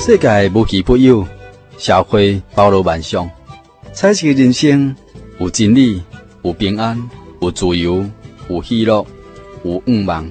世界无奇不有，社会包罗万象。彩色人生有真理，有平安，有自由，有喜乐，有愿望。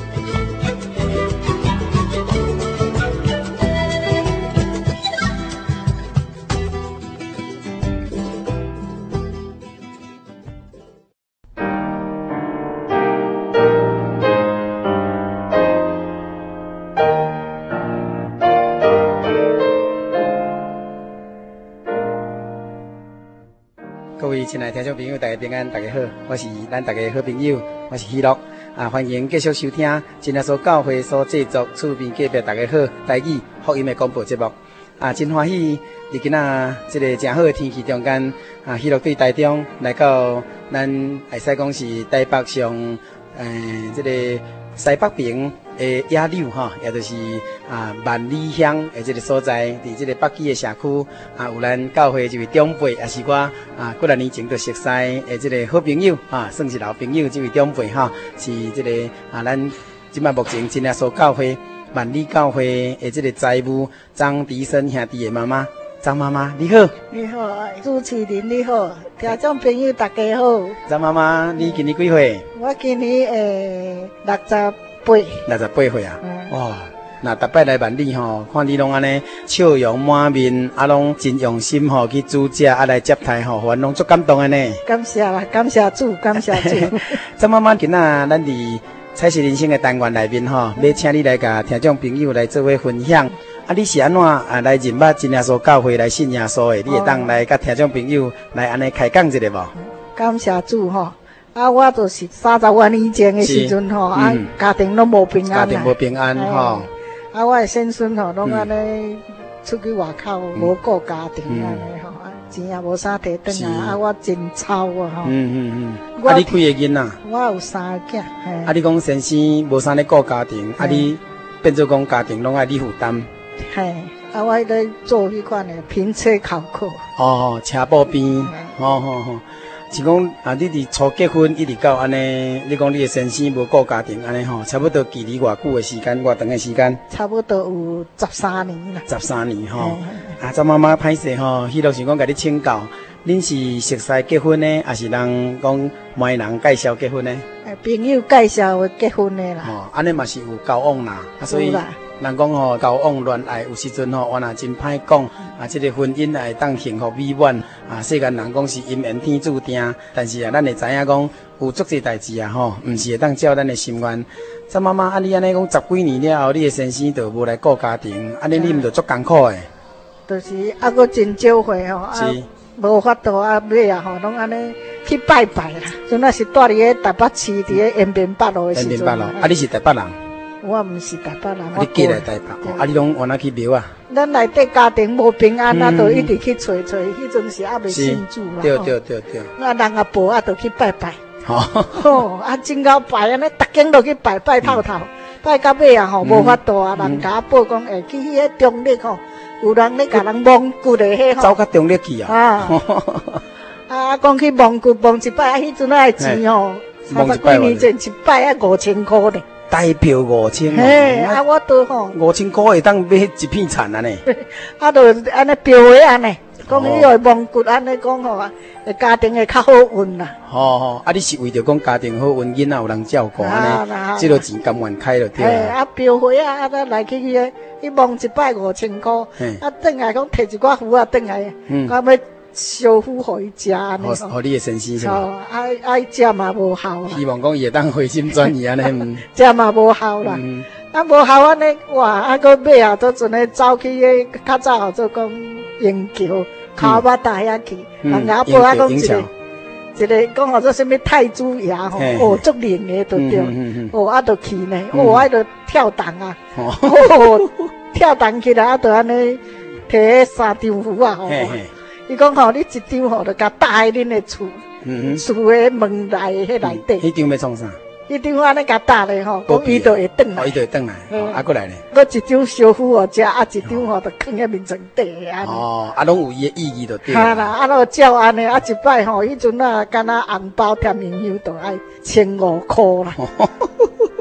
各位亲爱的听众朋友，大家平安，大家好，我是咱大家的好朋友，我是喜乐欢迎继续收听真耶稣教会所制作厝边隔壁大家好台语福音的广播节目真欢喜伫今仔这个真好的天气中间喜乐对台中来到咱会使讲是台北上这个西北边的野柳也就是万里乡的这个所在，伫这个北基的社区有咱教会这位长辈，也是我几多年前就熟悉的这个好朋友算是老朋友，这位长辈是这个咱即摆目前真耶稣教会万里教会的这个财务张迪生兄弟的妈妈张妈妈，你好。 你好，主持人你好，听众朋友大家好。 张妈妈，你今年几岁？ 我今年68 68岁啊！哇，那逐摆来万里看你拢安尼笑容满面，拢真用心去煮食，来接待互阮拢足感动的呢。 感谢啦，感谢主，感谢主。 张妈妈，今仔咱伫彩色人生的单元内面要请你来甲听众朋友来做伙分享。你是安怎来认捌真耶稣教会来信耶稣的？你会当来甲听众朋友来安尼开讲一下无？ 感谢主我就是30多年前的时阵家庭拢无平安， 家庭无平安我的先生拢安尼出去外口无顾家庭安尼钱也无啥摕转来，我真操你几个囡仔？ 我有3个囝。 你讲先生无啥咧顾家庭，你变做讲家庭拢爱你负担。 我咧做迄款的拼车考课。 车埔边。是讲你伫初结婚一直到安尼，你讲你的先生无顾家庭安尼差不多距离偌久的时间，偌长的时间？ 差不多有13年啦。 13年张妈妈歹势迄落想讲甲你请教，恁是熟识结婚呢，还是人讲媒人介绍结婚呢？ 朋友介绍结婚的啦。 安尼嘛是有交往啦，所以人讲交往恋爱有时阵我若真歹讲这个婚姻会当幸福美满世间人讲是姻缘天注定，但是咱会知影讲有足侪代志毋是会当照咱的心愿。张妈妈，你安尼讲10几年了后，你的先生就无来顾家庭，安尼你毋就足艰苦的？ 就是还真少岁无法度尾拢安尼去拜拜啦。阵仔是住伫个台北市伫个延平北路的时阵。延平北路， 你是台北人？ 我毋是台北人， 你嫁来台北，你拢往哪去庙啊？ 咱内底家庭无平安就一直去找，迄阵是还未信主啦。 对。 人也无就去拜拜。真够拜安尼，逐间都去拜透透，拜到尾无法度人甲我报讲去迄个中立有人咧甲人蒙骨的迄走到中立去讲去蒙骨蒙一摆迄阵仔的钱30几年前一摆5000块呢。 台票5000， 我都 5000块会当买一片田呢。 就安尼标的安尼，讲伊个蒙骨安尼讲家庭会较好运啦。 你是为着讲家庭好运，囡仔有人照顾安尼，这个钱甘愿开就对啦。 标会咱来去去蒙一摆5000块，转来讲摕一寡鱼转来，讲要烧虎互伊食安尼。 互你的先生是吗？ 爱食嘛无效啦。 希望讲伊会当回心转意安尼。 食嘛无效啦。无效安尼，哇！搁尾都阵咧走去较早做讲营桥靠巴大遐去，人家报讲一个讲做什么太子爷足灵的就对，就去呢，就跳档跳档起来就安尼摕3张符伊讲你一张就甲搭喺恁的厝的门内迄内底。 迄张要创啥？ 迄张安尼甲搭咧讲伊就会转来。 伊就会转来，过来咧。 搁一张烧虎食，一张就放喺面床底安尼。 拢有伊的意义就对。 就照安尼，一摆迄阵敢若红包添面香，就爱1500块啦。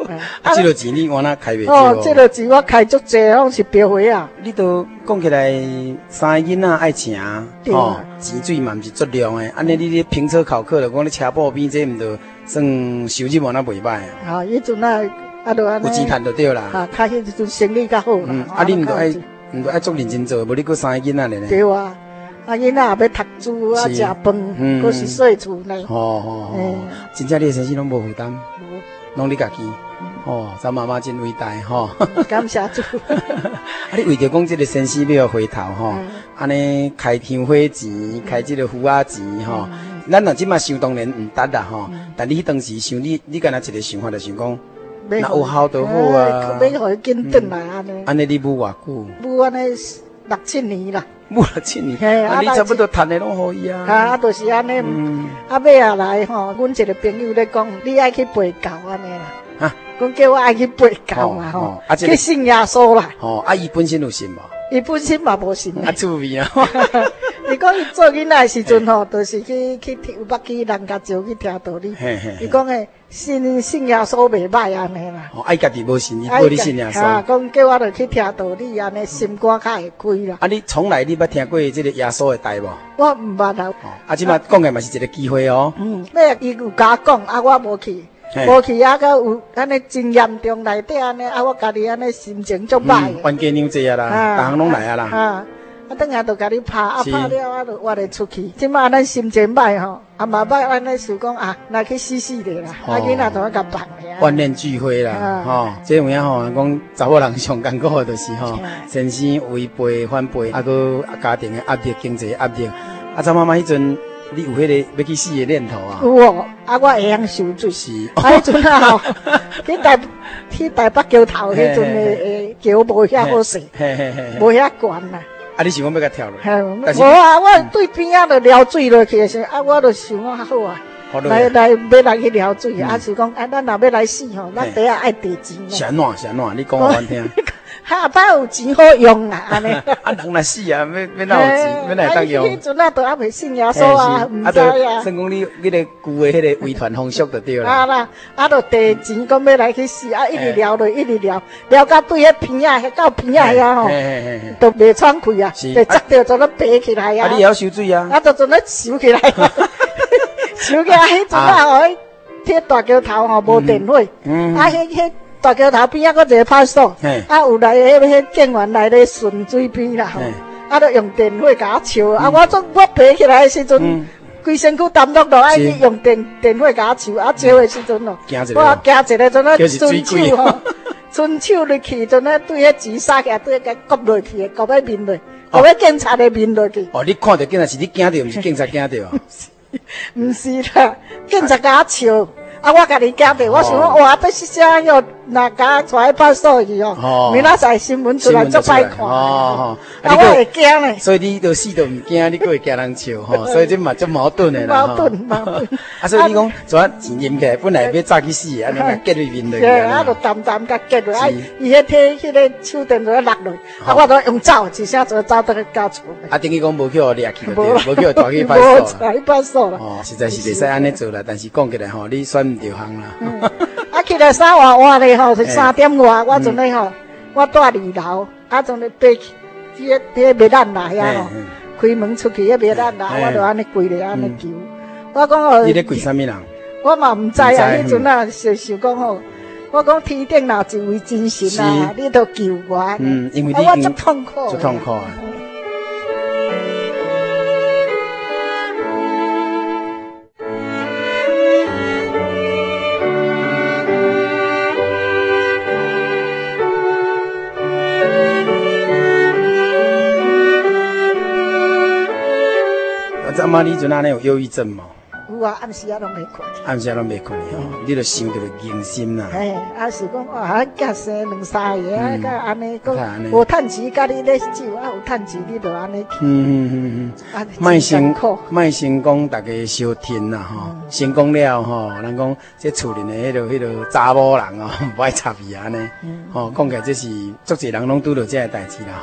这个钱你往哪开袂少？ 哦，这个钱我开足济，拢是标花啊。 你都讲起来，三个囡仔爱请，哦，钱水嘛毋是足量诶。安尼你咧评测考课了，讲咧车埔边这毋着算收入往哪袂歹啊？ 啊，迄阵啊，就安尼。有钱赚就对啦。 啊，较迄阵生意较好啦。 你毋着爱足认真做，无你搁三个囡仔咧。 对啊。啊，囡仔也要读书啊，食饭，搁是洗厝呢。 真正你先生拢无负担，拢你家己。咱妈妈真伟大吼。 感谢主。 你为着讲这个先生要回头吼，安尼开香火钱，开这个虎仔钱吼，咱若即马想当然唔得啦吼，但你当时想你干那一个想法就想讲，那有效就好啊。 要互伊紧转来安尼。 安尼你舞偌久？ 舞安尼6、7年啦。 舞6、7年，你差不多赚的拢可以啊。 啊，就是安尼。尾下来吼，阮一个朋友咧讲，你爱去陪教安尼啦。啊，讲叫我爱去陪教嘛吼，去信耶稣啦。 伊本身有信无？ 伊本身嘛无信。 啊，趣味啊！ 伊讲伊做囡仔的时阵吼，就是去有捌去人家招去听道理。伊讲诶，信耶稣袂歹安尼啦。 爱家己无信，伊叫你信耶稣。 啊，讲叫我着去听道理安尼，心肝较会开啦。 啊，你从来你捌听过这个耶稣的代无？ 我毋捌啊。 啊，即马讲的嘛是一个机会哦。 尾伊有甲我讲，啊，我无去。无去啊，个有安尼真严重内底安尼，啊，我家己安尼心情足歹。 冤家娘济啊啦，逐项拢来啊啦。 啊，等下就甲你拍，啊拍了啊，就我就出去。即马咱心情歹吼，啊嘛捌安尼想讲啊，来去死死的啦，啊囡仔同我甲放咧。 万念俱灰啦，吼，这有影吼，讲查某人上艰苦的就是吼，先生违背反背，啊个家庭的压力、经济压力，啊，张妈妈迄阵。你有迄个要去死的念头啊？ 有哦，啊，我会晓受水。是，啊，迄阵啊吼，去台北桥头迄阵的桥无遐好势，无遐悬啦。 啊，你想讲要甲跳落？ 无啊，我对边仔就撩水落去时，啊，我就想讲好啊，来要来去撩水，啊，是讲啊，咱若要来死吼，咱第一爱地钱。 啥暖？你讲我听。 下摆有钱好用啦，安尼。 啊，人来死啊，要哪有钱，要哪当用？ 迄阵啊，都还未信耶稣啊，唔知啊。 算讲你迄个旧的迄个维团风俗就对啦。 啊啦，啊，就地钱讲要来去死，啊，一直聊落，一直聊到对迄片啊，到片啊遐吼，都袂喘气啊，被砸掉就咧爬起来啊。 啊，你也要收水啊？ 啊，就做咧收起来，收起来迄阵啊，吼，迄大桥头吼无电火，啊，迄。大桥头边啊，搁一个派出所，啊，有来迄警员来咧顺水边啦，吼，啊，都用电火甲我烧，啊，我爬起来的时阵，规身躯澹漉漉，爱去用电火甲我烧，啊，烧的时阵咯，我惊一个阵啊，伸手吼，伸手入去，阵啊，对迄钱撒起来，对甲割落去，割喺面落，割喺警察的面落去。 哦，你看到警察是你惊到，毋是警察惊到啊？ 毋是啦，警察甲我笑。啊！我家己惊着，我想讲哇，这是啥哟？那甲带派出所去哦，明仔载新闻出来足歹看。啊，我会惊咧。 所以你都死都唔惊，你佫会惊人笑吼，所以这嘛足矛盾的啦。 矛盾。 啊，所以你讲昨钱淹起来，本来要早去死，安尼嘛结入面落去。 啊，就淡甲结落，啊，伊迄迄个手电就落落，啊，我都用走，一声就走到去家厝。 啊，等于讲无去互掠去，无去互带去派出所。 无带去派出所啦。 哦，实在是袂使安尼做啦，但是讲起来吼，你选。着行啦， 啊，起来3换咧吼，是3点外，我阵咧吼，我住2楼，啊，阵咧爬去，迄个麦兰来啊吼，开门出去，迄麦兰来，我就安尼跪咧安尼求，我讲哦， 你咧跪啥物人？ 我嘛唔知啊，迄阵啊，想讲吼，我讲天顶若一位真神啊，你都救我， 因为你我足痛苦， 足痛苦啊。阿妈，你阵安尼有忧郁症吗？ 有啊，暗时啊拢袂困。 暗时啊拢袂困哦，你著想着惊心啦。 嘿，啊是讲啊，甲生2、3个啊，甲安尼讲，无趁钱，甲你咧酒啊，有趁钱你著安尼去。啊， 卖先讲大家相听啦吼，先讲了吼，人讲这厝里的迄个查某人哦，不爱插伊安尼。吼，讲起来这是足侪人拢拄到这个代志啦吼。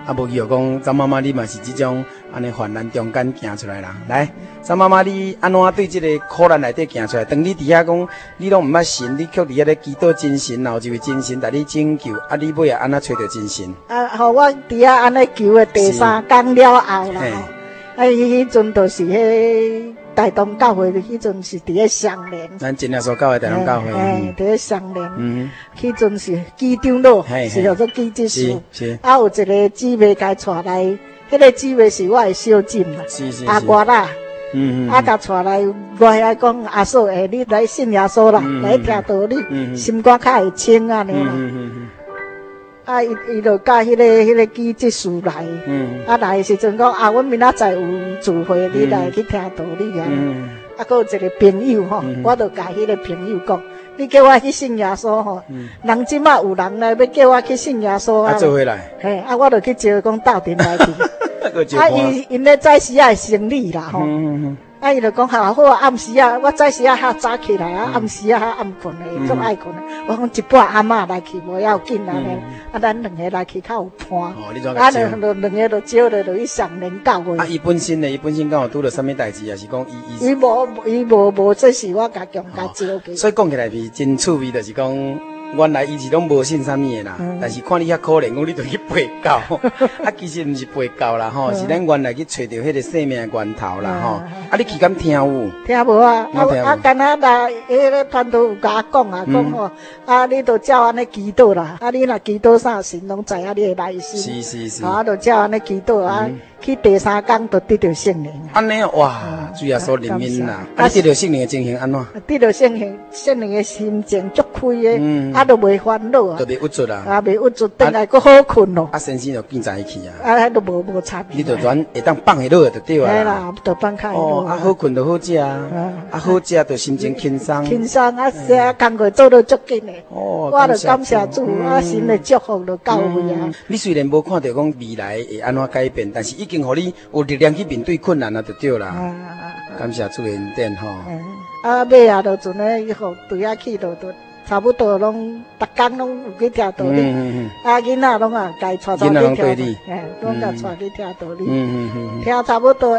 啊，无就讲张妈妈你嘛是这种安尼患难中间行出来啦。来，张妈妈你安怎对这个苦难内底行出来？当你伫遐讲，你拢毋捌神，你却伫遐咧祈祷真神，然后就会真神带你拯救。啊，你尾安怎找到真神？ 啊，互我伫遐安尼求的第3天了后啦，啊，迄阵就是迄大同教会，迄阵是伫咧上联。 咱真耶稣教会大同教会。 伫咧上联。迄阵是机长老，是叫做机执事。是。啊，有一个姊妹甲带来，迄个姊妹是我的小姊啦，阿瓜啦。啊，甲带来，我遐讲阿嫂，你来信耶稣啦，来听道理，心肝较会清安尼啦。啊，伊就甲迄个机执事来，啊来的时阵讲啊，阮明仔载有聚会，你来去听道理啊。啊，还有一个朋友吼，我就甲迄个朋友讲，你叫我去信耶稣吼，人即马有人来要叫我去信耶稣啊， 做回来， 嘿，啊，我就去招讲斗阵来去，啊，因咧早时啊生理啦吼。啊，伊就讲好暗时啊，我早时啊较早起来啊，暗时啊较暗困的，足爱困的。我讲一半阿嬷来去，无要紧安尼。啊，咱两个来去较有伴。啊，两个就招了，就去上联教会。 啊，伊本身敢有拄着啥物代志，也是讲伊无，这是我家强加招的。 所以讲起来是真趣味，就是讲。原来伊是拢无信啥物的啦，但是看你遐可怜，讲你就去陪教，啊，其实毋是陪教啦吼，是咱原来去找到迄个生命的源头啦吼。啊，你去敢听有？ 听无啊？啊，干那来，迄个团队有甲我讲啊，讲吼，啊，你都照安尼祈祷啦，啊，你若祈祷啥神拢知影你的内心。是。啊，就照安尼祈祷啊，去第3天就得到圣灵。 安尼哇，主耶稣怜悯啦！啊，你得到圣灵的情形安怎？ 得到圣灵的心情足开的，啊，都袂烦恼啊， 都袂郁卒啦， 啊，袂郁卒，等下佫好困咯。 啊，先生就见在一起啊， 啊，都无差别。 你就转会当放下落就对啊。 系啦，就放开落。 哦，啊，好困就好食啊，啊，好食就心情轻松。 轻松啊，是啊，工作做得足紧的。哦，我就感谢主，啊，神的祝福就到位啊。 你虽然无看到讲未来会安怎改变，但是已经互你有力量去面对困难啊，就对啦。感谢主的恩典吼。啊， 尾啊，就阵咧，以后对遐去就差不多拢，逐工拢有去听道理。啊，囡仔拢啊，家带去听。拢甲带去听道理。听差不多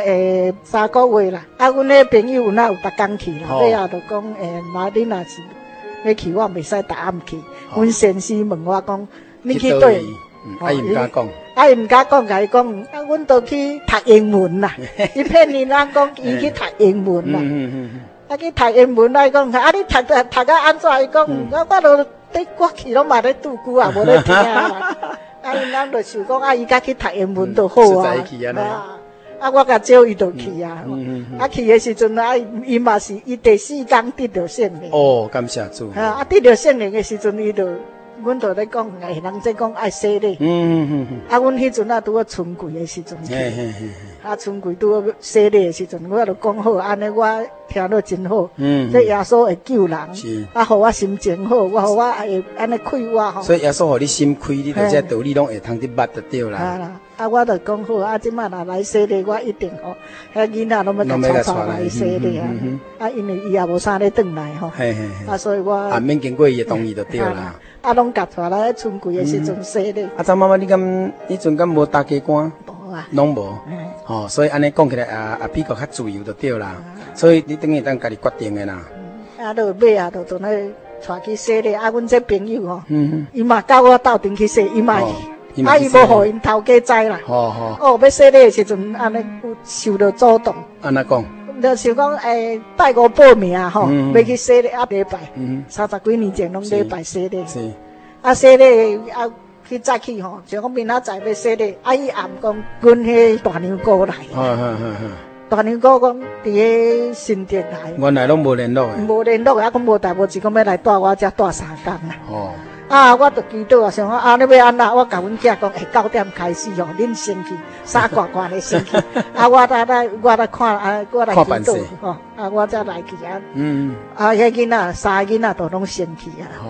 3个月啦。啊，阮迄朋友有哪有逐工去啦？尾啊，就讲妈，你若是要去，我袂使逐暗去。阮先生问我讲，你去对？ 啊，伊毋敢讲。 啊，伊毋敢讲，甲伊讲，啊，阮都去读英文啦。伊骗人讲伊去读英文啦。啊，去读英文来讲，啊，你读啊安怎？伊讲，我都我去拢嘛咧拄久啊，无咧听啦。啊，因咱就想讲，啊，伊甲去读英文就好啊。啊，我甲招伊就去啊。啊，去的时阵啊，伊嘛是伊第4天得到圣灵。 哦，感谢主。 啊，得到圣灵的时阵，伊就。阮就咧讲，人即讲爱洗礼。啊，阮迄阵啊，拄啊春季的时阵去。啊，春季拄啊洗礼的时阵，我就讲好，安尼我听落真好。这耶稣会救人。是。啊，互我心情好，互我会安尼开我吼。 所以耶稣互你心开，你就这道理拢会通得捌得到啦。 啊，我就讲好，啊，即摆若来洗礼，我一定吼，遐囡仔拢要甲带来洗礼啊。啊，因为伊也无啥咧转来吼。啊，所以我啊免经过伊的同意就对啦。 啊，拢夹出来春季的时阵洗礼。 啊，张妈妈，你迄阵敢无搭家官？ 无啊， 拢无。哦，所以安尼讲起来比较较自由就对啦。所以你等于当家己决定的啦。 啊，就尾啊，就阵咧带去洗礼。啊，阮这朋友吼，伊嘛教我斗阵去洗，伊嘛。啊，伊无互因头家知啦。哦，要洗礼的时阵，安尼有受到阻挡。 安怎讲？ 就想讲拜五报名吼，要去洗礼啊礼拜，30几年前拢礼拜洗礼。是。啊洗礼啊去早起吼，想讲明仔载要洗礼，啊伊暗讲阮迄大娘姑来。大娘姑讲伫个新店来。 原来拢无联络诶。 无联络啊，讲无代无志，讲要来带我遮带3天啦。哦。啊，我就祈祷啊，想讲啊，你要安那？我甲阮囝讲，9点开始吼，恁先去，衫挂挂咧先去。啊，我来看啊，我来祈祷吼。啊，我才来去啊。啊，遐囡仔3个囡仔都拢先去啊。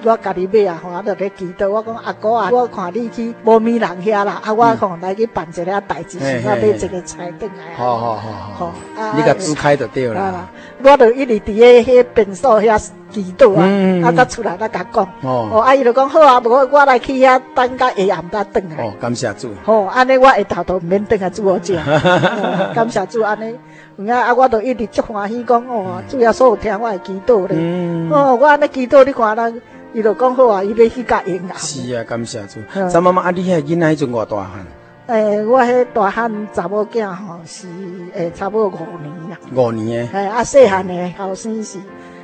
我家己买啊，我就咧祈祷，我讲阿哥啊，我看你去无面人遐啦，我来去办一个代志，是我买一个菜转来。 好，你甲煮开就对啦。 我就一直伫迄便所遐祈祷啊，才出来甲讲。阿姨就讲好啊，无我来去遐等到下暗才转来。 感谢主。 安尼我下昼都毋免转来煮好食。感谢主安尼。我就一直足欢喜讲主要所有听我的祈祷咧。我安尼祈祷，你看咱，伊就讲好啊，伊要去甲应啊。 是啊，感谢主。张妈妈，你遐囡仔迄阵偌大汉？ 我迄大汉查某囝是差不多5年啦。 5年诶。细汉的后生是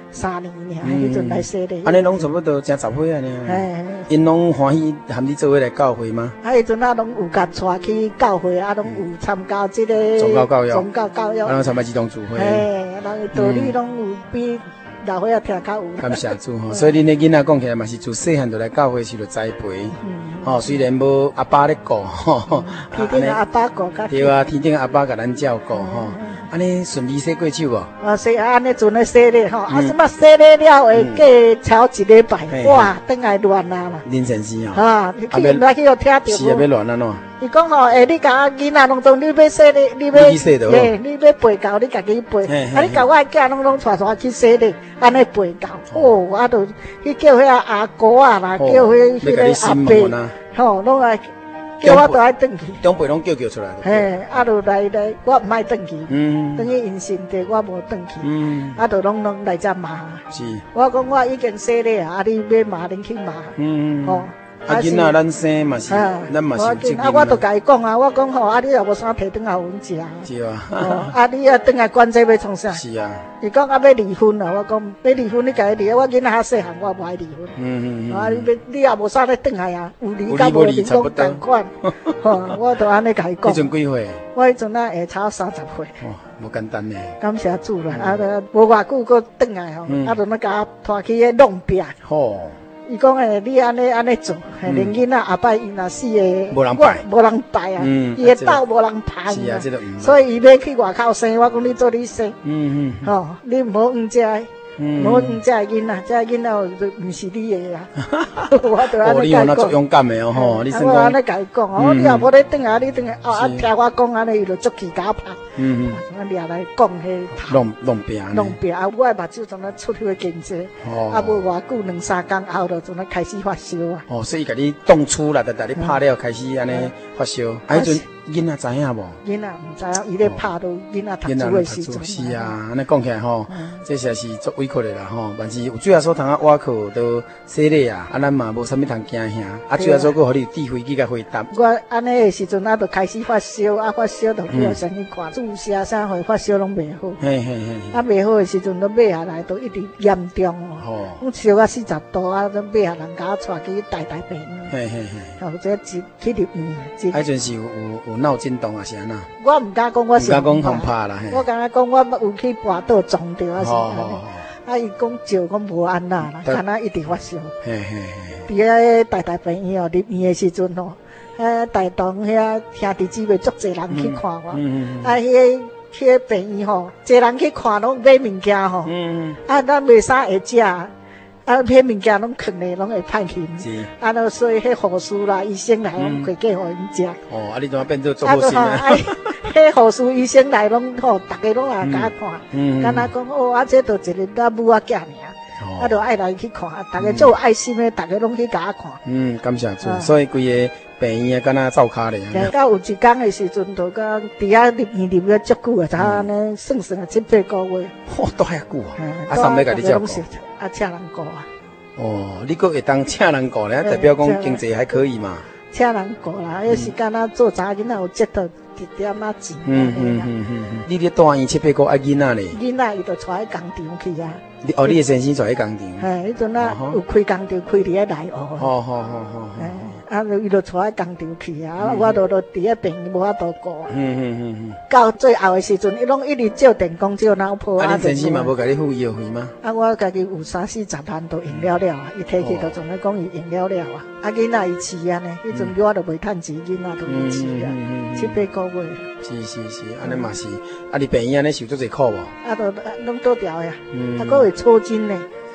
3年尔，迄阵来说咧。 安尼拢差不多正10岁啊呢。因拢欢喜含你做伙来教会吗？ 迄阵拢有甲带去教会，拢有参加这个宗教教育。 拢参加儿童聚会。 人道理拢有比老岁仔听较有。 感谢主吼，所以恁的囡仔讲起来嘛是自细汉就来教会，是就栽培。虽然无阿爸咧顾天顶阿爸顾较对啊，天顶阿爸甲咱照顾安尼顺利洗过手无？ 洗安尼阵咧洗咧什么洗咧了会过超一礼拜，哇，转来乱啊啦。 林先生你去来去有听到无？ 是要乱啊喏。 伊讲你甲囡仔拢你要洗咧，你要背教，你家己背。你甲我囝拢带去洗咧，安尼背教。我就去叫迄阿哥啊啦，叫迄个阿伯，拢来。叫我都爱转去， 长辈拢叫出来。 就来，我唔爱转去，等于因身体我无转去，就拢来遮骂。 是， 我讲我已经洗咧啊，你要骂恁去骂。 囡仔咱生嘛是，咱嘛是有责任。 我都甲伊讲啊，我讲你若无啥摕转来互阮食。 是啊。 你转来管这要创啥？ 是啊。 伊讲要离婚啊，我讲要离婚，你家己离，我囡仔较细汉，我无爱离婚。你也无啥咧转来啊，有离甲无离拢同款。我都安尼甲伊讲。 迄阵几岁？ 我迄阵下超30岁。 无简单呢。 感谢主啦，无偌久佫转来就那甲拖去迄弄壁。伊讲你安尼做，连囡仔后摆伊若死诶， 无人拜， 无人拜啊，伊诶斗无人拍， 是啊， 所以伊要去外口生，我讲你做你生，你唔好这无阮遮囡仔，遮囡仔毋是你的啊！我就安尼甲伊讲。 足勇敢的哦吼！你我安尼甲伊讲，你也无咧转啊，你转啊，听我讲安尼，伊就足气甲拍。我掠来讲迄弄病。 弄病啊！我的目睭从那出血经济，啊无偌久2-3天后就从那开始发烧啊。 哦，所以甲你冻出来，你拍了开始安尼发烧。啊，迄阵囡仔知影无？ 囡仔毋知影，伊咧拍到囡仔读书的时阵。 是啊，安尼讲起来吼，这实是足委屈的啦吼。但是有最后所通啊挖靠都洗礼啊，咱嘛无啥物通惊吓。啊，最后所佫互你智慧去甲回答。 我安尼的时阵就开始发烧，发烧就去先去看注射啥货，发烧拢袂好。袂好的时阵都买下来都一直严重哦。我烧到40度啊，都买下人家带去大病院。或者去入院。 迄阵是有脑震动啊，是安那？ 我毋敢讲，我是。 毋敢讲恐怕啦。 我敢讲，我有去跋倒撞着啊是安尼。啊，伊讲照讲无安那啦，敢若一直发烧。伫遐大病院入院的时阵大堂遐兄弟姊妹足侪人去看我。迄个病院侪人去看拢买物件咱袂啥会食。迄物件拢藏咧，拢会歹去。所以迄护士啦、医生来拢回家互因食。 你怎变做做好心啊？ 迄护士、医生来拢大家拢来甲看，敢若讲这都一个母仔囝尔，就爱来去看，大家做有爱心的，大家拢去甲看。 感谢主，所以规个病院敢若灶骹咧。 到有一天的时阵，就甲伫遐入院入了足久啊，才安尼算7-8个月。 都遐久啊！上尾甲你照顾。 请人顾啊！ 你佫会当请人顾咧，代表讲经济还可以嘛？ 请人顾啦，迄时间做查囡仔有折到一点仔钱。 你咧大院7-8个囡仔咧？ 囡仔伊就带去工厂去啊。 你的先生带去工厂？ 迄阵有开工厂，开伫咧内湖。伊就带去工厂去啊，我就伫咧病院无法度顾。到最后的时阵，伊拢一直照电工照脑婆啊。你先生嘛无甲你付医药费吗？ 我家己有30-40万都用了啊，伊摕去就总咧讲伊用了啊。囡仔伊饲安尼，迄阵我都袂趁钱，囡仔都伊饲啊，7-8个月。 是，安尼嘛是。你病院安尼受足侪苦无？ 都拢倒掉呀，佫会抽筋呢。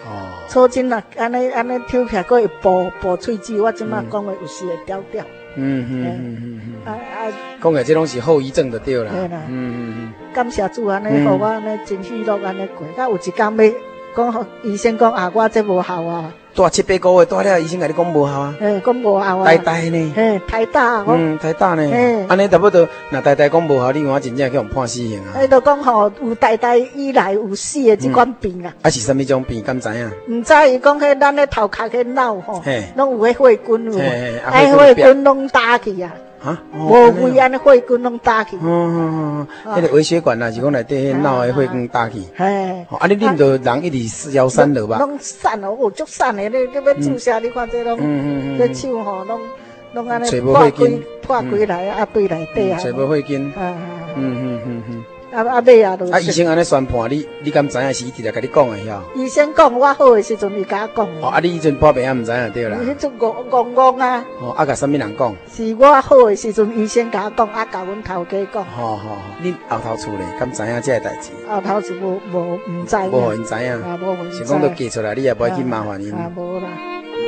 抽筋啦，安尼抽起来，佫会爆喙齿，我即马讲话有时会调调。 讲的这拢是后遗症就对啦。 嘿啦，感谢主安尼，互我安尼真喜乐安尼过。甲有一天要讲，医生讲啊，我这无效啊。 住7、8个月，住了医生甲你讲无效啊？ 讲无效啊。 呆呢？ 太大。 太大呢。安尼差不多，若呆讲无效，你我真正去互判死刑啊。 就讲吼，有呆以来有死的这款病啊。 是啥物种病？敢知影？ 唔知伊讲迄咱咧头壳迄脑吼，拢有迄血管有，血管拢打去啊。无肺安尼血管拢打去。 迄个微血管啦，是讲内底脑的血管打去。你啉着人一直413了吧？ 拢散了，足散的，你要注射，你看这拢，这手吼拢安尼破开来啊，对内底啊。 找无血筋。 尾啊， 医生安尼宣判你敢知影是伊直接甲你讲的晓？ 医生讲我好的时阵，伊甲我讲的。 你迄阵破病啊，毋知影对啦。 迄阵戆啊。 甲啥物人讲？ 是我好的时阵，医生甲我讲，甲阮头家讲。 恁后头厝咧，敢知影这个代志？ 后头厝无毋知。 无互因知影。是讲都寄出来，你也不爱去麻烦因。 无啦。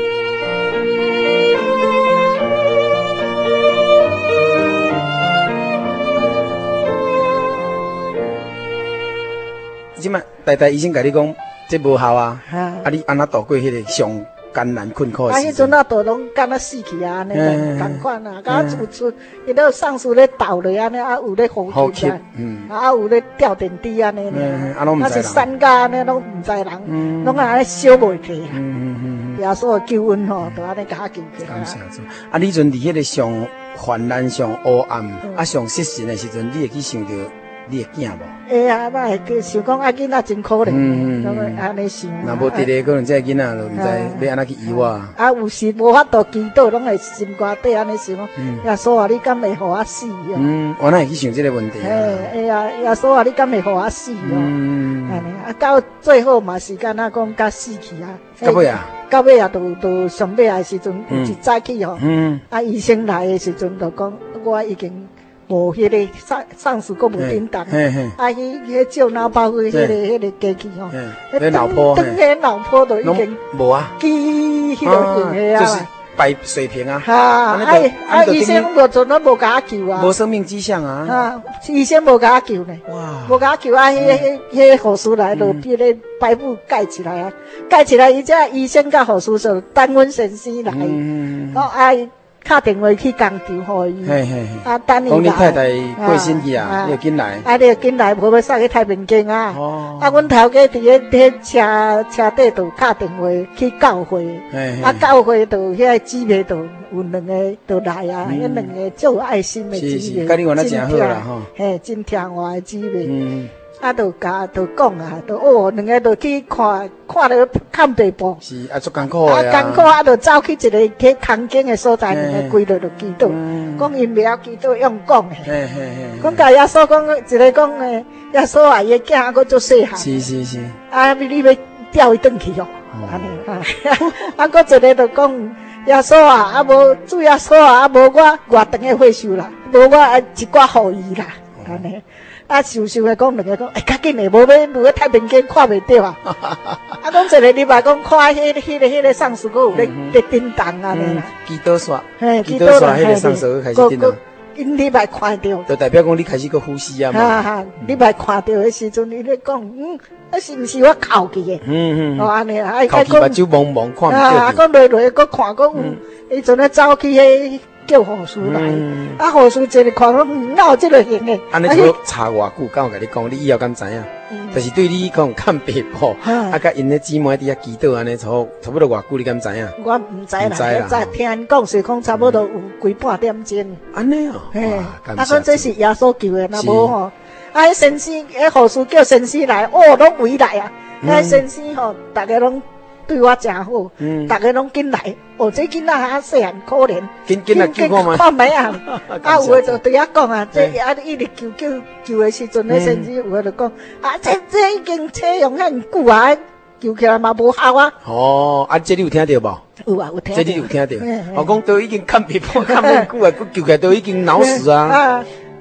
即摆呆医生甲你讲，这无效啊！你安怎度过迄个上艰难困苦的时阵？ 迄阵啊，都拢干啊死去啊，安尼同款啊。甲有出，伊都上司咧倒咧安尼，有咧呼吸啊，有咧吊电梯安尼咧。啊是山家安尼拢毋知人，拢安尼烧袂起。耶稣救恩吼，都安尼甲救起。 感谢主！你阵伫迄个上患难、上黑暗、上失神的时阵，你会去想着？你会惊无？ 会啊，我会想讲啊，囡仔真可怜，拢会安尼想。 若无伫咧，可能这囡仔就毋知要安怎去医我。 有时无法度祈祷，拢会心肝底安尼想。耶稣啊，你敢会互我死哦？ 我哪会去想这个问题？ 耶稣啊，你敢会互我死哦？安尼到最后嘛是敢若讲甲死去啊。到尾啊，都上尾的时阵，有一早起吼，医生来的时阵就讲，我已经。无迄个上司佫无叮当，迄照脑包迄个机器吼， 迄脑波， 迄脑波都已经无啊， 机迄个用的啊， 就是白水平啊。 医生无阵都无甲我救啊， 无生命迹象啊。 医生无甲我救呢，无甲我救啊，迄护士来就迄个白布盖起来啊，盖起来，伊这医生甲护士就等阮先生来，打电话去工厂互伊，等伊来。讲你太太过身去啊，你要紧来。 你要紧来，无要送去太平间啊。阮头家伫咧车底度打电话去教会，教会度遐个姊妹度有2个度来啊，迄2个足有爱心的姊妹， 甲你玩得真好啦吼。 真听话的姊妹。就讲啊，2个就去看到看北部， 是足艰苦的艰苦就走去一个去空间的所在，2个跪落就祈祷，讲因不要祈祷用讲的，讲甲耶稣讲，一个讲耶稣啊，伊个囝佫足细汉，是，你要调伊转去哦，安尼佫一个就讲耶稣啊，无主耶稣啊，无我外长的岁数啦，无我一寡互伊啦，安尼。受的讲2个讲，较紧的，无要太平间看袂到啊。讲一个礼拜讲看迄个上司佫有咧叮当啊咧。 祈祷煞，迄个上司开始叮当。 因礼拜看到， 就代表讲你开始佫呼吸啊嘛。 礼拜看到的时阵，伊咧讲，是毋是我哭去的？安尼哭去目睭蒙蒙看唔到。讲落佫看佫有，伊阵咧走去迄。叫护士来，护士一日看讲，哪有这个型的？ 安尼就查偌久，敢有甲你讲，你以后敢知影？就是对你讲看北部，甲因咧姊妹伫遐祈祷安尼，差不多偌久，你敢知影？ 我毋知啦，再听因讲是讲差不多有几半点钟。 安尼哦， 讲这是耶稣救的，那无吼，迄先生，护士叫先生来，拢围来啊，先生吼，大家拢。对我真好，大家拢紧来。这囡仔较细汉可怜， 紧来救看嘛。 看卖啊！有诶就对我讲啊，这伊直救诶时阵，咧先生有诶就讲这已经采用遐久啊，救起来嘛无效啊。 这你有听到无？ 有啊，有听到。这你有听到？我讲都已经看皮肤看很久啊，佮救起来都已经脑死啊。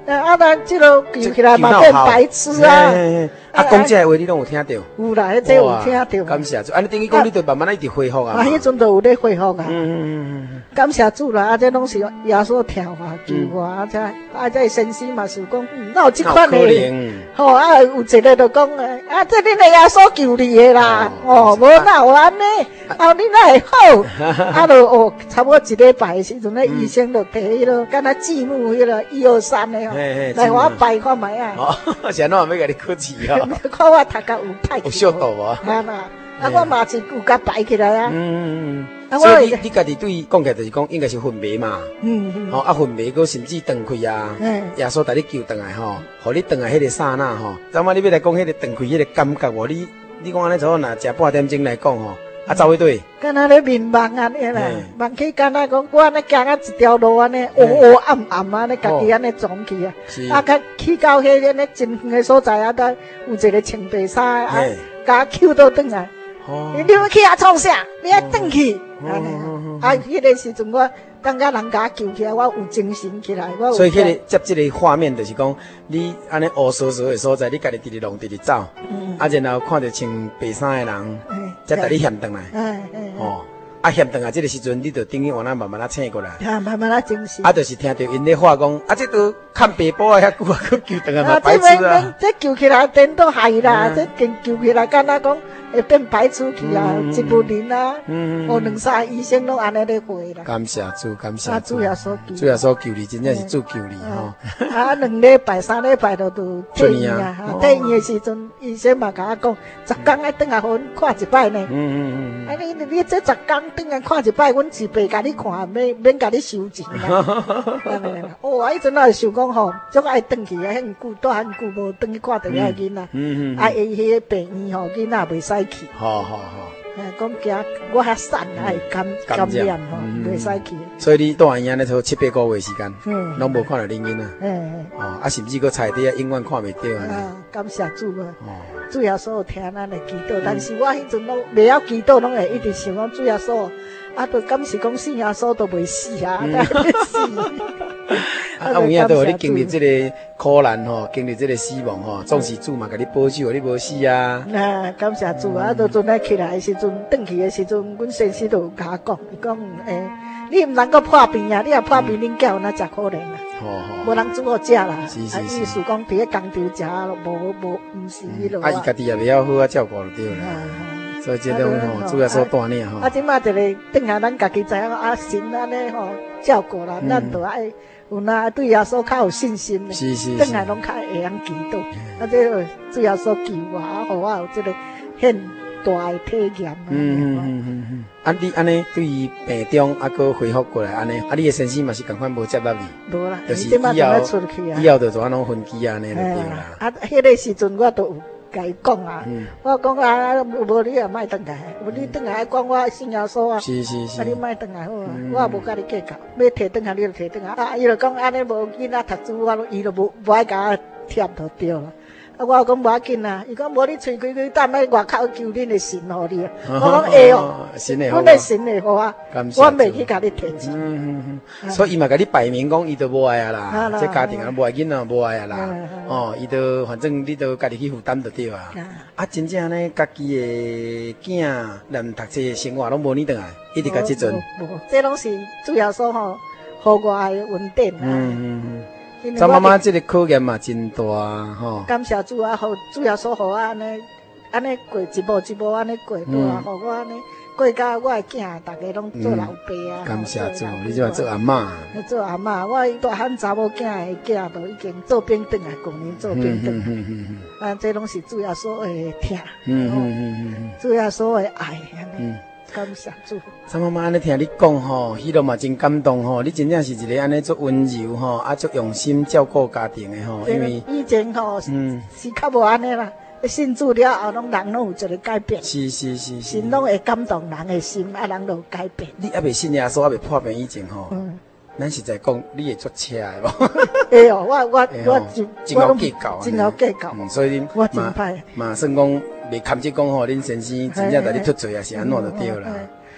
咱这个救起来嘛变白痴啊！ 讲这话你拢有听到？ 有啦，这有听到。 感谢主，你等于讲你就慢慢一直恢复啊。 迄阵都有咧恢复啊。感谢主啦，这拢是耶稣跳啊救我，这先生嘛是讲，哪有这款的？有一个就讲这恁的耶稣救你的啦，无哪有安尼，你哪会好？就差不多一礼拜的时阵，医生就提迄个，敢若继母迄个123的来我拜看卖啊。 是安怎要甲你客气哦？ 看我头壳有歹。有小度无？ 我嘛是有甲摆起来啊。 所以你家己对讲起来就是讲，应该是昏迷嘛。昏迷个甚至断开啊。耶稣带你救回来吼，互你回来迄个刹那吼。怎么你要来讲迄个断开迄个感觉无？你讲安尼做，若食半点钟来讲吼，走去对。 敢若咧迷茫安尼啦，茫起敢若讲我安尼行啊一条路安尼，黑暗暗安尼，家己安尼撞去啊。甲去到迄个咧真远的所在啊，都有一个穿白衫啊，甲捡倒转来。你要去创啥？你要转去。迄个时阵我感觉人家救起来，我有精神起来。 所以迄个接这个画面，就是讲你安尼黑索索的所在，你家己直直弄直直走，然后看到穿白衫的人，才带你险回来。险回来这个时阵，你就等于往那慢慢醒过来。 慢慢精神。 就是听到因咧话讲，这都看白布啊，遐久啊，去救回来嘛白痴啊！ 这救起来颠倒害啦，这救起来敢若讲。会变白出去啊，植物人啊，有2-3医生拢安尼咧回啦。感谢主，感谢主。主耶稣救，主耶稣救你，真正是主救你吼。2礼拜、3礼拜都退院啊。退院的时阵，医生嘛甲我讲，10天爱转来互阮看一摆呢。你这10天转来看一摆，阮自备甲你看，免甲你收钱啦。迄阵我想讲吼，总爱转去啊，很久住很久无转去看着遐囡仔。迄个病院吼，囡仔袂使。 好， 讲惊我遐瘦还感染吼，袂使去。 所以你住院安尼都7-8个月时间，拢无看到恁囡仔。甚至个彩底啊，永远看袂到啊。 感谢主啊！主耶稣听咱的祈祷，但是我迄阵拢袂晓祈祷，拢会一直想讲主耶稣，都敢是讲信耶稣都袂死啊，死。 有影都互你经历这个苦难吼，经历这个死亡吼，总是主嘛，甲你保守，你无死啊。 感谢主啊！都阵来起来的时阵，转去的时阵，阮先生都有甲我讲，伊讲你毋能够破病啊，你若破病，恁囝有哪食可怜啊？无人煮好食啦。意思讲伫咧工厂食，无毋是迄落。 伊家己也袂晓好啊照顾就对啦。所以这种吼，主要所锻炼吼。 即马就咧等下咱家己知影神安尼吼照顾啦，咱就爱。有哪对耶稣较有信心呢？ 是， 等下拢较会晓祈祷。这个主耶稣救我，互我有这个很大的体验。 你安尼对于病中搁恢复过来安尼，你的先生嘛是共款无接纳你？ 无啦， 就是以后就怎拢分居安尼就对啦。 迄个时阵我都有。甲伊讲啊，我讲无你也莫转来，你转来讲我信耶稣啊，你莫转来好啊，我也无甲你计较，要摕转来你就摕转来，伊就讲安尼无囡仔读书，伊就无爱甲我贴就对了。我讲无要紧啊，伊讲无你喙开开，等咧外口求恁的神互你。我讲会哦，阮的神会互我，我袂去甲你摕钱。 所以伊嘛甲你摆明讲，伊都无爱啊啦，这家庭啊无爱囡仔无爱啊啦。伊都反正你都家己去负担就对啊。真正呢，家己的囝连读册生活拢无你转来，一直甲即阵。 无，这拢是主要说吼，互我的稳定啊。 张妈妈这个考验嘛真大吼。 感谢主啊，互主要说互我安尼过一步一步安尼过，对啊，互我安尼过甲我的囝，大家拢做老爸啊。 感谢主，你即嘛做阿嬷。 做阿嬷，我大汉查某囝的囝都已经做兵转来，过年做兵转。这拢是主要所的听。主要所的爱安尼。感谢主。 张妈妈安尼听你讲吼，迄落嘛真感动吼。你真正是一个安尼足温柔吼，足用心照顾家庭的吼。因为以前吼是较无安尼啦，信主了后，人拢有一个改变。 是。 神拢会感动人的心，人就改变。 你还未信耶稣，还未破病以前吼，咱实在讲，你会出车的无？ 会哦，我真有计较， 真有计较。 所以我真歹。 嘛算讲。袂堪只讲吼，恁先生真正带你脱罪也是安怎就对啦。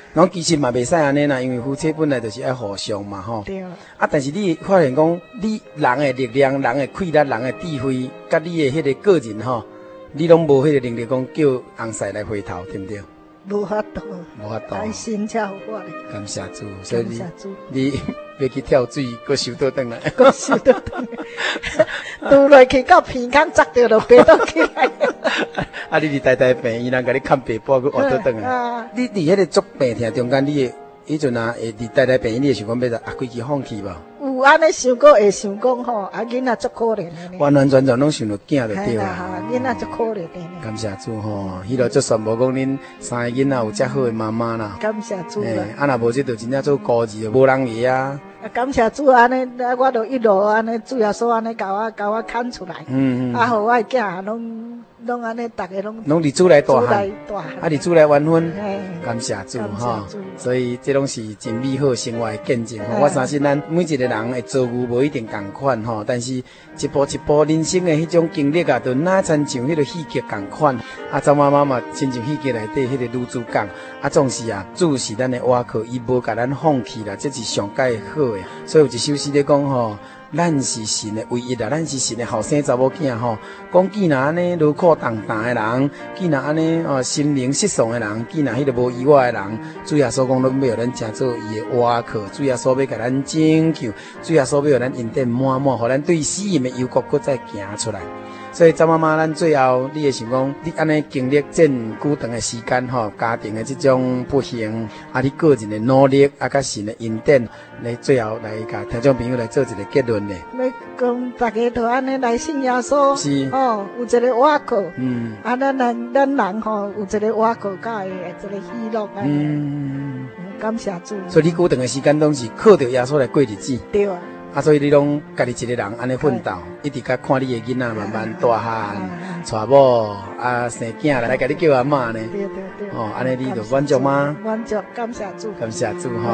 讲其实嘛袂使安尼啦，因为夫妻本来就是爱互相嘛吼。 对啦。 但是你发现讲，你人的力量、人的气力、人的智慧，甲你的迄个个人吼，你拢无迄个能力讲叫红婿来回头，对不对？ 无法度， 无法度。 爱心才有法咧。 感谢主，所以你要去跳水，搁收倒转来， 搁收倒转来，拄落去到鼻孔砸着就爬倒起来。 你伫台病，伊人甲你看白布，搁活倒转来。你伫迄个足病痛中间，你迄阵啊，会伫台病，你会想讲要规矩放弃无？ 有安尼想过，会想讲吼，囡仔足可怜的。 完完全全拢想到囝就对啦。 囡仔足可怜的。 感谢主吼，迄落足算无讲恁三个囡仔有遮好的妈妈啦。 感谢主啦。 若无这就真正做孤儿，就无人个啊。 感谢主安尼，我就一路安尼，主耶稣安尼甲我牵出来。互我的囝拢安尼，大家拢伫主内大汉，伫主内完婚。感谢主吼，所以这拢是真美好生活的见证。我相信咱每一个人的遭遇无一定共款吼，但是一步一步人生的迄种经历啊，就哪亲像迄个戏剧共款。张妈妈嘛，亲像戏剧内底迄个女主角，总是主是咱的倚靠，伊无甲咱放弃啦，这是上界好的。所以有一首诗咧讲吼。咱是神的唯一啦，咱是神的后生查某囝吼。讲既然安尼劳苦重担的人，既然安尼心灵失丧的人，既然迄个无依我的人，主耶稣讲拢要咱成做伊的倚靠，主耶稣要甲咱拯救，主耶稣要咱恩典满满，互咱对死荫的幽谷搁再行出来。所以张妈妈，咱最后你会想讲，你安尼经历这久长的时间吼，家庭的这种不幸，你个人的努力，甲神的恩典，来最后来甲听众朋友来做一个结论呢。 要讲大家都安尼来信耶稣， 是有一个倚靠，咱人吼有一个倚靠，甲一个喜乐感谢主。 所以你久长的时间拢是靠着耶稣来过日子。 对啊。 所以你拢家己一个人安尼奋斗，一直甲看你的囡仔慢慢大汉、娶某生囝来甲你叫阿嬷呢。 对。 安尼你就满足吗？ 满足，感谢主。 感谢主吼。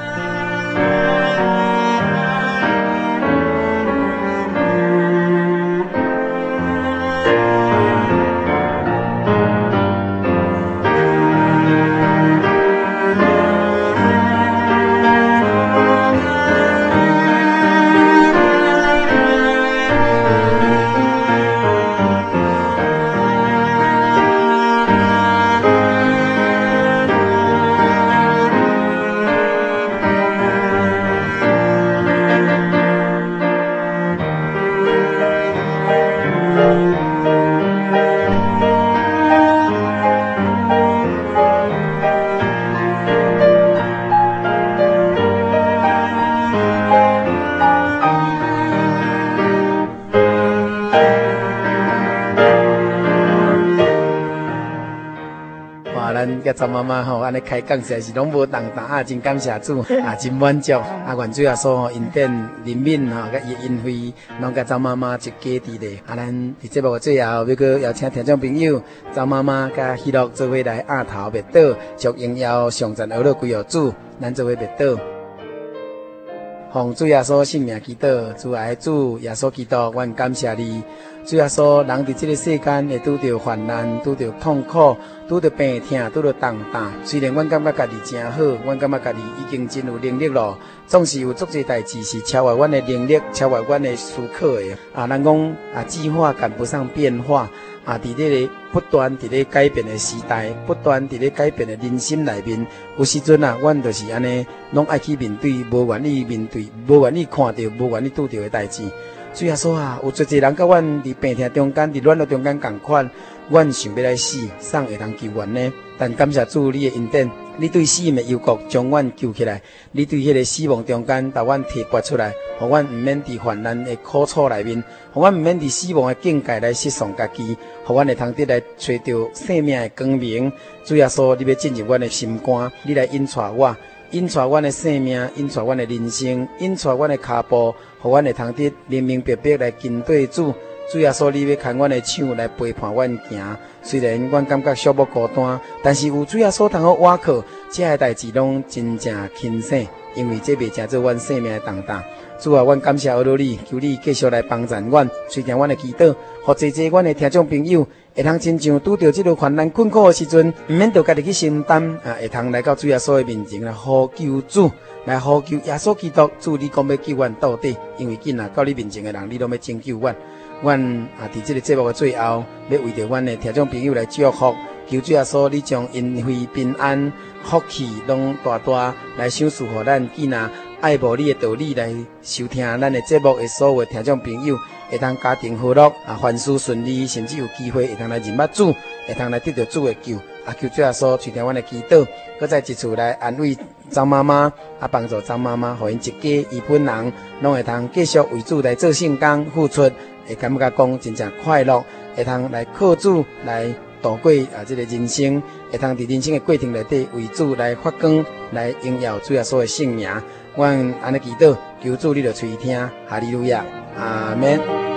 张妈妈吼，安尼开讲实在是拢无重担真感谢主真满足愿主耶稣吼恩典怜悯吼，甲伊恩惠，拢甲张妈妈一家伫咧。咱伫节目的最后，要搁邀请听众朋友，张妈妈甲喜乐做伙来压头灭倒，祝荣耀上赞而乐归予主，咱做伙灭倒。奉主耶稣圣名祈祷，主爱的主耶稣基督，阮感谢你。主耶稣，人伫这个世间会拄着患难，拄着痛苦，拄着病痛，拄着重担。虽然阮感觉家己真好，阮感觉家己已经真有能力咯，总是有足侪代志是超越阮的能力，超越阮的思考的。人讲计划赶不上变化。伫这个不断伫咧改变的时代，不断伫咧改变的人心内面，有时阵阮就是安尼，拢爱去面对，无愿意面对，无愿意看到，无愿意拄到的代志。主耶稣有足侪人甲阮伫病痛中间，伫软弱中间共款，阮想要来死，谁会通救阮呢？但感谢主你的恩典，你对死的幽谷将阮救起来，你对迄个死亡中间把阮提拔出来，互阮毋免伫患难的苦楚内面，互阮毋免伫死亡的境界来失丧家己，互阮会通得来找到生命的光明。主耶稣，你要进入阮的心肝，你来引带我。引带阮的生命，引带阮的人生，引带阮的脚步，互阮会通得明明白白来跟对主。主耶稣，你要牵阮的手来陪伴阮行。虽然阮感觉寂寞孤单，但是有主耶稣通好倚靠，这些代志拢真正轻省， 因为这袂成做阮生命的重担。主啊，阮感谢阿罗你，求你继续来帮助阮，垂听阮的祈祷，互济济阮的听众朋友会通亲像拄着这个困难困苦的时阵，毋免着家己去承担会通来到主耶稣的面前来呼求主，来呼求耶稣基督，主你讲要救阮到底，因为今仔到你面前的人，你都要拯救阮。阮伫这个节目的最后，要为着阮的听众朋友来祝福，求主耶稣你将恩惠平安福气拢大大来赏赐互咱今仔爱慕你的道理来收听咱的节目的所有的听众朋友，会当家庭和乐凡事顺利，甚至有机会会当来认捌主，会当来得到主的救。求主耶稣垂听阮的祈祷，搁再一次来安慰张妈妈，帮助张妈妈，互因一家伊本人拢会通继续为主来做圣工付出，会感觉讲真正快乐，会通来靠主来度过这个人生，会通伫人生的过程内底为主来发光，来荣耀主耶稣的圣名。阮安尼祈祷，求主你着垂听，哈利路亚，阿门。